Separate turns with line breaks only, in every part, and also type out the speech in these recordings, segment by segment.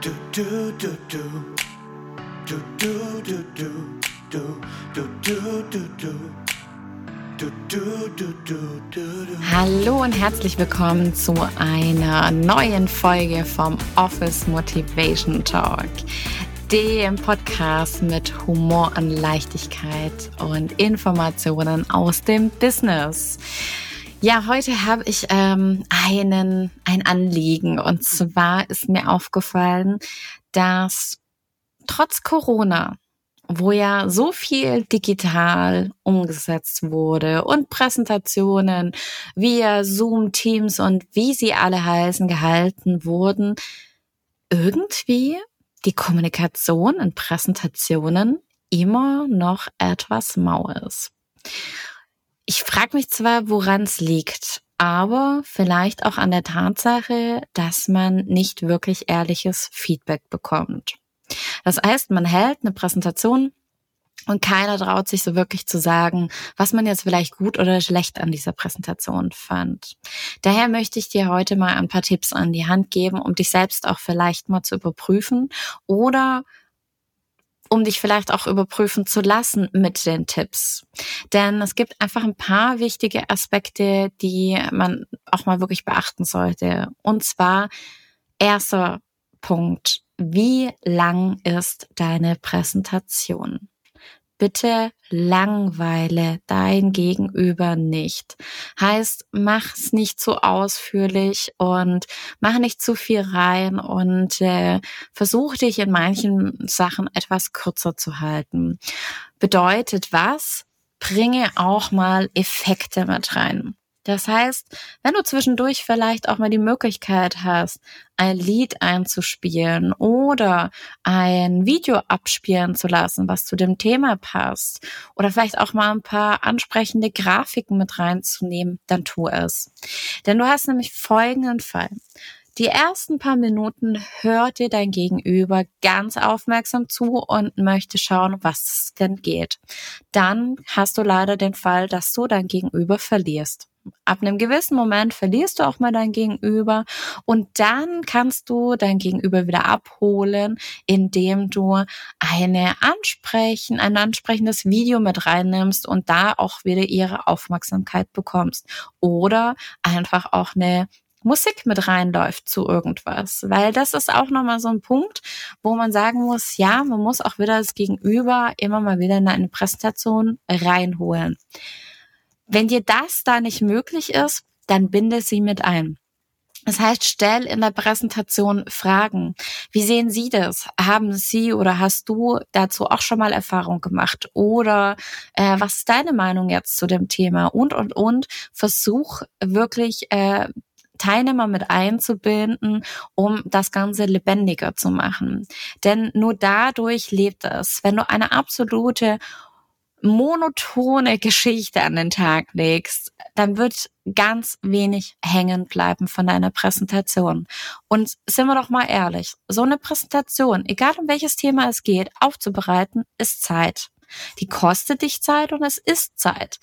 Du, du, du, du. Du, du, du, du. Du, du, du, du, du. Du, du, du, du, du.
Hallo und herzlich willkommen zu einer neuen Folge vom Office Motivation Talk, dem Podcast mit Humor und Leichtigkeit und Informationen aus dem Business. Ja, heute habe ich ein Anliegen, und zwar ist mir aufgefallen, dass trotz Corona, wo ja so viel digital umgesetzt wurde und Präsentationen via Zoom, Teams und wie sie alle heißen gehalten wurden, irgendwie die Kommunikation in Präsentationen immer noch etwas mau ist. Ich frage mich zwar, woran es liegt, aber vielleicht auch an der Tatsache, dass man nicht wirklich ehrliches Feedback bekommt. Das heißt, man hält eine Präsentation und keiner traut sich so wirklich zu sagen, was man jetzt vielleicht gut oder schlecht an dieser Präsentation fand. Daher möchte ich dir heute mal ein paar Tipps an die Hand geben, um dich selbst auch vielleicht mal zu überprüfen oder um dich vielleicht auch überprüfen zu lassen mit den Tipps. Denn es gibt einfach ein paar wichtige Aspekte, die man auch mal wirklich beachten sollte. Und zwar, erster Punkt: Wie lang ist deine Präsentation? Bitte langweile dein Gegenüber nicht. Heißt, mach's nicht zu ausführlich und mach nicht zu viel rein und versuch dich in manchen Sachen etwas kürzer zu halten. Bedeutet was? Bringe auch mal Effekte mit rein. Das heißt, wenn du zwischendurch vielleicht auch mal die Möglichkeit hast, ein Lied einzuspielen oder ein Video abspielen zu lassen, was zu dem Thema passt, oder vielleicht auch mal ein paar ansprechende Grafiken mit reinzunehmen, dann tu es. Denn du hast nämlich folgenden Fall. Die ersten paar Minuten hört dir dein Gegenüber ganz aufmerksam zu und möchte schauen, was es denn geht. Dann hast du leider den Fall, dass du dein Gegenüber verlierst. Ab einem gewissen Moment verlierst du auch mal dein Gegenüber und dann kannst du dein Gegenüber wieder abholen, indem du ein ansprechendes Video mit reinnimmst und da auch wieder ihre Aufmerksamkeit bekommst. Oder einfach auch eine Musik mit reinläuft zu irgendwas, weil das ist auch nochmal so ein Punkt, wo man sagen muss, ja, man muss auch wieder das Gegenüber immer mal wieder in eine Präsentation reinholen. Wenn dir das da nicht möglich ist, dann binde sie mit ein. Das heißt, stell in der Präsentation Fragen. Wie sehen Sie das? Haben Sie oder hast du dazu auch schon mal Erfahrung gemacht? Oder was ist deine Meinung jetzt zu dem Thema? Und. Versuch wirklich Teilnehmer mit einzubinden, um das Ganze lebendiger zu machen. Denn nur dadurch lebt es. Wenn du eine absolute monotone Geschichte an den Tag legst, dann wird ganz wenig hängen bleiben von deiner Präsentation. Und sind wir doch mal ehrlich, so eine Präsentation, egal um welches Thema es geht, aufzubereiten, ist Zeit. Die kostet dich Zeit und es ist Zeit.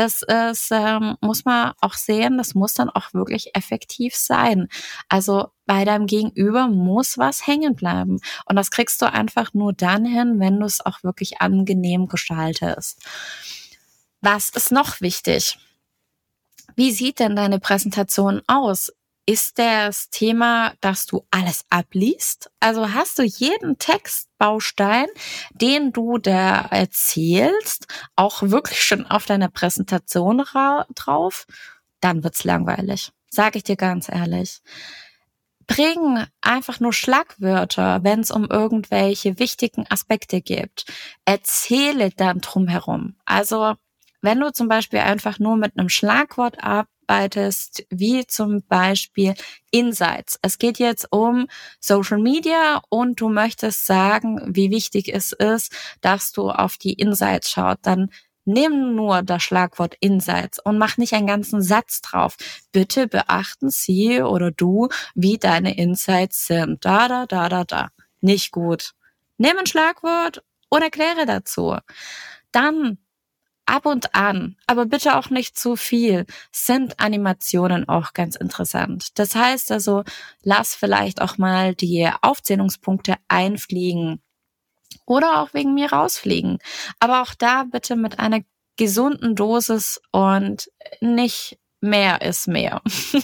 Muss man auch sehen, das muss dann auch wirklich effektiv sein. Also bei deinem Gegenüber muss was hängen bleiben. Und das kriegst du einfach nur dann hin, wenn du es auch wirklich angenehm gestaltest. Was ist noch wichtig? Wie sieht denn deine Präsentation aus? Ist das Thema, dass du alles abliest? Also hast du jeden Textbaustein, den du da erzählst, auch wirklich schon auf deiner Präsentation drauf? Dann wird's langweilig. Sage ich dir ganz ehrlich. Bring einfach nur Schlagwörter, wenn es um irgendwelche wichtigen Aspekte geht. Erzähle dann drumherum. Also wenn du zum Beispiel einfach nur mit einem Schlagwort arbeitest, wie zum Beispiel Insights. Es geht jetzt um Social Media und du möchtest sagen, wie wichtig es ist, dass du auf die Insights schaust. Dann nimm nur das Schlagwort Insights und mach nicht einen ganzen Satz drauf. Bitte beachten Sie oder du, wie deine Insights sind. Da. Nicht gut. Nimm ein Schlagwort und erkläre dazu. Dann ab und an, aber bitte auch nicht zu viel, sind Animationen auch ganz interessant. Das heißt also, lass vielleicht auch mal die Aufzählungspunkte einfliegen oder auch wegen mir rausfliegen. Aber auch da bitte mit einer gesunden Dosis und nicht mehr ist mehr,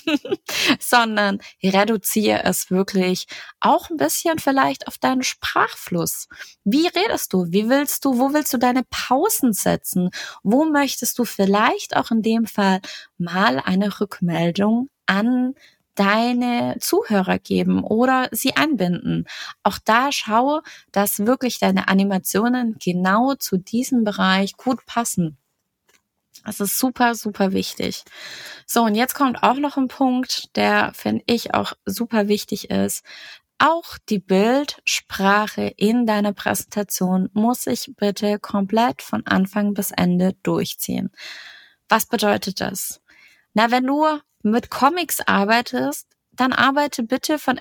sondern reduziere es wirklich auch ein bisschen vielleicht auf deinen Sprachfluss. Wie redest du? Wo willst du deine Pausen setzen? Wo möchtest du vielleicht auch in dem Fall mal eine Rückmeldung an deine Zuhörer geben oder sie einbinden? Auch da schaue, dass wirklich deine Animationen genau zu diesem Bereich gut passen. Das ist super, super wichtig. So, und jetzt kommt auch noch ein Punkt, der, finde ich, auch super wichtig ist. Auch die Bildsprache in deiner Präsentation muss sich bitte komplett von Anfang bis Ende durchziehen. Was bedeutet das? Na, wenn du mit Comics arbeitest, dann arbeite bitte von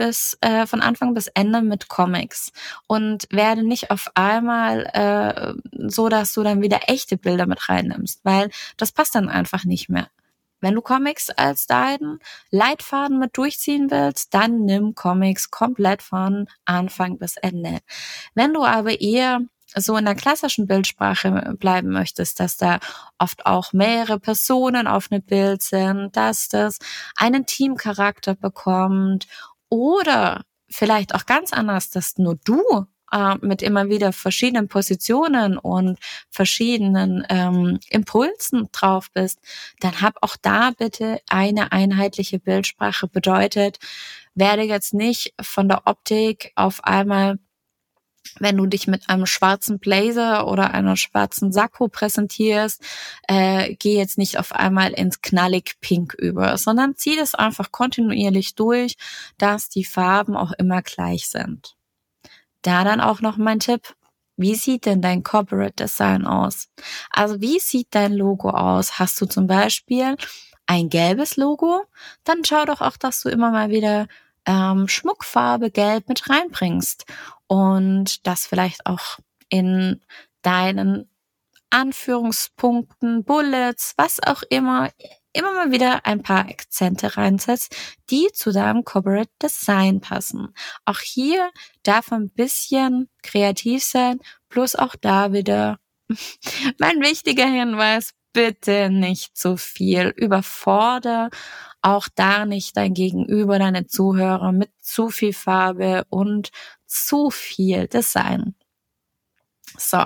Anfang bis Ende mit Comics und werde nicht auf einmal so, dass du dann wieder echte Bilder mit reinnimmst, weil das passt dann einfach nicht mehr. Wenn du Comics als deinen Leitfaden mit durchziehen willst, dann nimm Comics komplett von Anfang bis Ende. Wenn du aber eher so in der klassischen Bildsprache bleiben möchtest, dass da oft auch mehrere Personen auf einem Bild sind, dass das einen Teamcharakter bekommt oder vielleicht auch ganz anders, dass nur du mit immer wieder verschiedenen Positionen und verschiedenen Impulsen drauf bist, dann hab auch da bitte eine einheitliche Bildsprache. Bedeutet, werde jetzt nicht von der Optik auf einmal, wenn du dich mit einem schwarzen Blazer oder einer schwarzen Sakko präsentierst, geh jetzt nicht auf einmal ins knallig Pink über, sondern zieh das einfach kontinuierlich durch, dass die Farben auch immer gleich sind. Da dann auch noch mein Tipp: Wie sieht denn dein Corporate Design aus? Also wie sieht dein Logo aus? Hast du zum Beispiel ein gelbes Logo? Dann schau doch auch, dass du immer mal wieder Schmuckfarbe Gelb mit reinbringst und das vielleicht auch in deinen Anführungspunkten, Bullets, was auch immer mal wieder ein paar Akzente reinsetzt, die zu deinem Corporate Design passen. Auch hier darf ein bisschen kreativ sein, plus auch da wieder mein wichtiger Hinweis: Bitte nicht zu viel. Überfordere auch da nicht dein Gegenüber, deine Zuhörer mit zu viel Farbe und zu viel Design. So.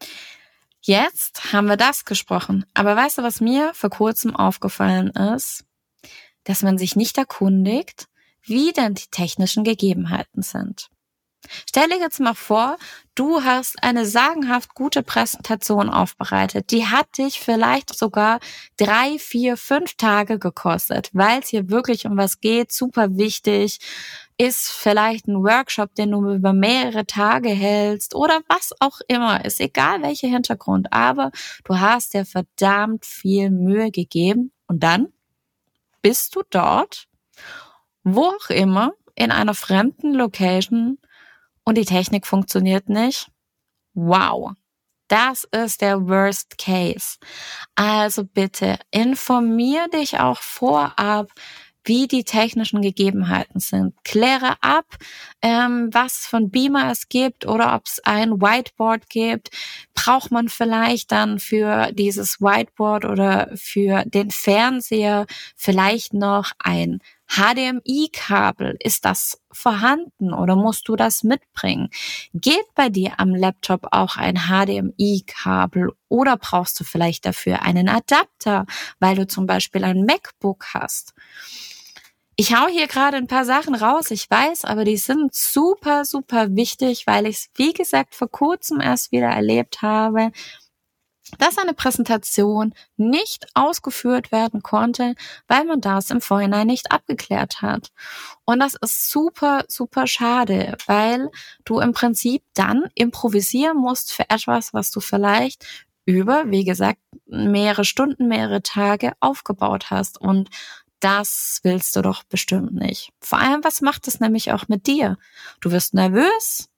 Jetzt haben wir das gesprochen. Aber weißt du, was mir vor kurzem aufgefallen ist? Dass man sich nicht erkundigt, wie denn die technischen Gegebenheiten sind. Stell dir jetzt mal vor, du hast eine sagenhaft gute Präsentation aufbereitet. Die hat dich vielleicht sogar 3, 4, 5 Tage gekostet, weil es hier wirklich um was geht, super wichtig. Ist vielleicht ein Workshop, den du über mehrere Tage hältst oder was auch immer. Ist egal welcher Hintergrund, aber du hast dir verdammt viel Mühe gegeben und dann bist du dort, wo auch immer, in einer fremden Location und die Technik funktioniert nicht. Wow, das ist der Worst Case. Also bitte informier dich auch vorab, wie die technischen Gegebenheiten sind. Kläre ab, was von Beamer es gibt oder ob es ein Whiteboard gibt. Braucht man vielleicht dann für dieses Whiteboard oder für den Fernseher vielleicht noch ein HDMI-Kabel? Ist das vorhanden oder musst du das mitbringen? Geht bei dir am Laptop auch ein HDMI-Kabel oder brauchst du vielleicht dafür einen Adapter, weil du zum Beispiel ein MacBook hast? Ich hau hier gerade ein paar Sachen raus, ich weiß, aber die sind super, super wichtig, weil ich es, wie gesagt, vor kurzem erst wieder erlebt habe, dass eine Präsentation nicht ausgeführt werden konnte, weil man das im Vorhinein nicht abgeklärt hat. Und das ist super, super schade, weil du im Prinzip dann improvisieren musst für etwas, was du vielleicht über, wie gesagt, mehrere Stunden, mehrere Tage aufgebaut hast. Und das willst du doch bestimmt nicht. Vor allem, was macht es nämlich auch mit dir? Du wirst nervös,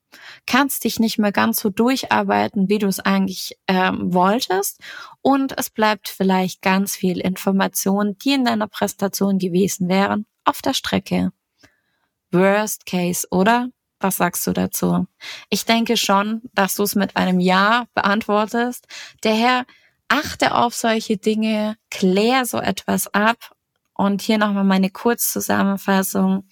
kannst dich nicht mehr ganz so durcharbeiten, wie du es eigentlich wolltest, und es bleibt vielleicht ganz viel Information, die in deiner Präsentation gewesen wären, auf der Strecke. Worst case, oder? Was sagst du dazu? Ich denke schon, dass du es mit einem Ja beantwortest. Daher achte auf solche Dinge, klär so etwas ab. Und hier nochmal meine Kurzzusammenfassung.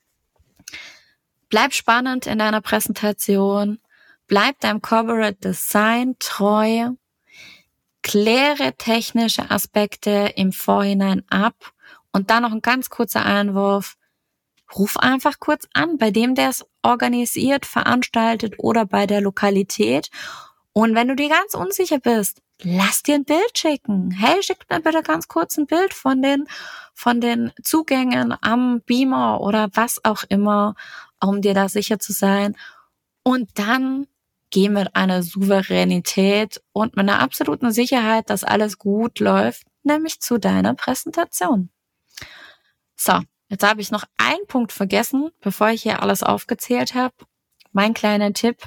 Bleib spannend in deiner Präsentation, bleib deinem Corporate Design treu, kläre technische Aspekte im Vorhinein ab und dann noch ein ganz kurzer Einwurf. Ruf einfach kurz an, bei dem, der es organisiert, veranstaltet oder bei der Lokalität. Und wenn du dir ganz unsicher bist, lass dir ein Bild schicken. Hey, schick mir bitte ganz kurz ein Bild von den Zugängen am Beamer oder was auch immer, um dir da sicher zu sein. Und dann geh mit einer Souveränität und mit einer absoluten Sicherheit, dass alles gut läuft, nämlich zu deiner Präsentation. So, jetzt habe ich noch einen Punkt vergessen, bevor ich hier alles aufgezählt habe. Mein kleiner Tipp: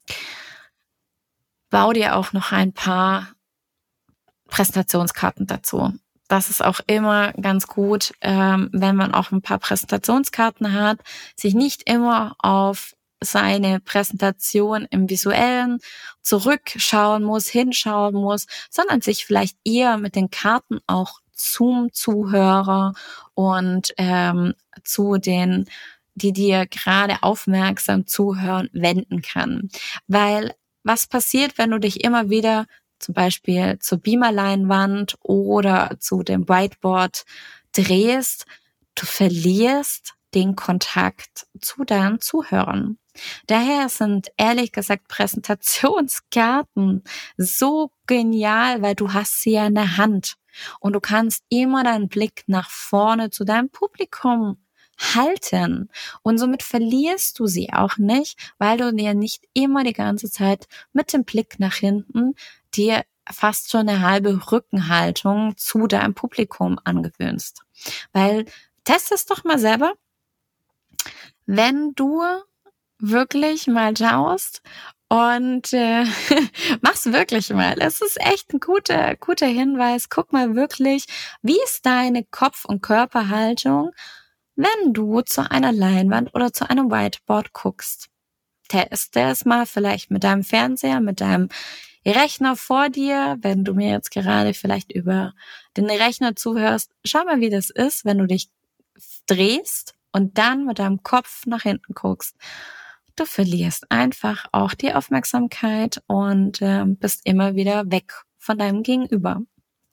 Bau dir auch noch ein paar Präsentationskarten dazu. Das ist auch immer ganz gut, wenn man auch ein paar Präsentationskarten hat, sich nicht immer auf seine Präsentation im Visuellen zurückschauen muss, hinschauen muss, sondern sich vielleicht eher mit den Karten auch zum Zuhörer und zu den, die dir gerade aufmerksam zuhören, wenden kann. Weil was passiert, wenn du dich immer wieder zum Beispiel zur Beamerleinwand oder zu dem Whiteboard drehst? Du verlierst den Kontakt zu deinen Zuhörern. Daher sind ehrlich gesagt Präsentationskarten so genial, weil du hast sie ja in der Hand und du kannst immer deinen Blick nach vorne zu deinem Publikum halten und somit verlierst du sie auch nicht, weil du dir nicht immer die ganze Zeit mit dem Blick nach hinten dir fast schon eine halbe Rückenhaltung zu deinem Publikum angewöhnst. Weil, test es doch mal selber, wenn du wirklich mal schaust und mach's wirklich mal. Es ist echt ein guter Hinweis. Guck mal wirklich, wie ist deine Kopf- und Körperhaltung, wenn du zu einer Leinwand oder zu einem Whiteboard guckst. Teste es mal vielleicht mit deinem Fernseher, mit deinem Rechner vor dir, wenn du mir jetzt gerade vielleicht über den Rechner zuhörst. Schau mal, wie das ist, wenn du dich drehst und dann mit deinem Kopf nach hinten guckst. Du verlierst einfach auch die Aufmerksamkeit und bist immer wieder weg von deinem Gegenüber.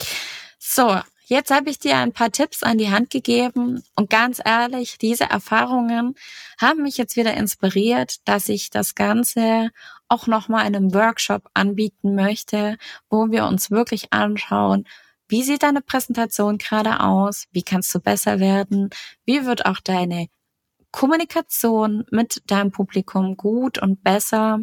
So, jetzt habe ich dir ein paar Tipps an die Hand gegeben und ganz ehrlich, diese Erfahrungen haben mich jetzt wieder inspiriert, dass ich das Ganze auch nochmal in einem Workshop anbieten möchte, wo wir uns wirklich anschauen, wie sieht deine Präsentation gerade aus, wie kannst du besser werden, wie wird auch deine Kommunikation mit deinem Publikum gut und besser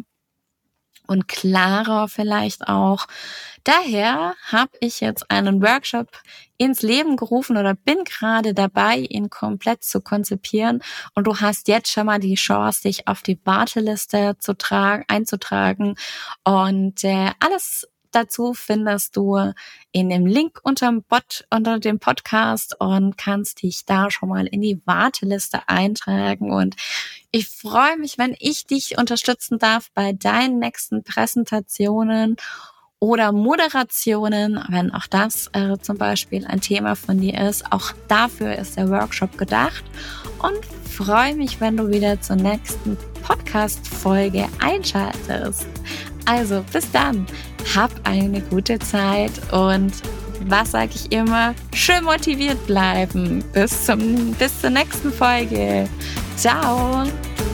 und klarer vielleicht auch. Daher habe ich jetzt einen Workshop ins Leben gerufen oder bin gerade dabei, ihn komplett zu konzipieren. Und du hast jetzt schon mal die Chance, dich auf die Warteliste einzutragen. Und alles dazu findest du in dem Link unter dem Podcast und kannst dich da schon mal in die Warteliste eintragen. Und ich freue mich, wenn ich dich unterstützen darf bei deinen nächsten Präsentationen oder Moderationen, wenn auch das zum Beispiel ein Thema von dir ist. Auch dafür ist der Workshop gedacht und freue mich, wenn du wieder zur nächsten Podcast-Folge einschaltest. Also bis dann, hab eine gute Zeit und was sage ich immer? Schön motiviert bleiben. Bis zur nächsten Folge. Ciao.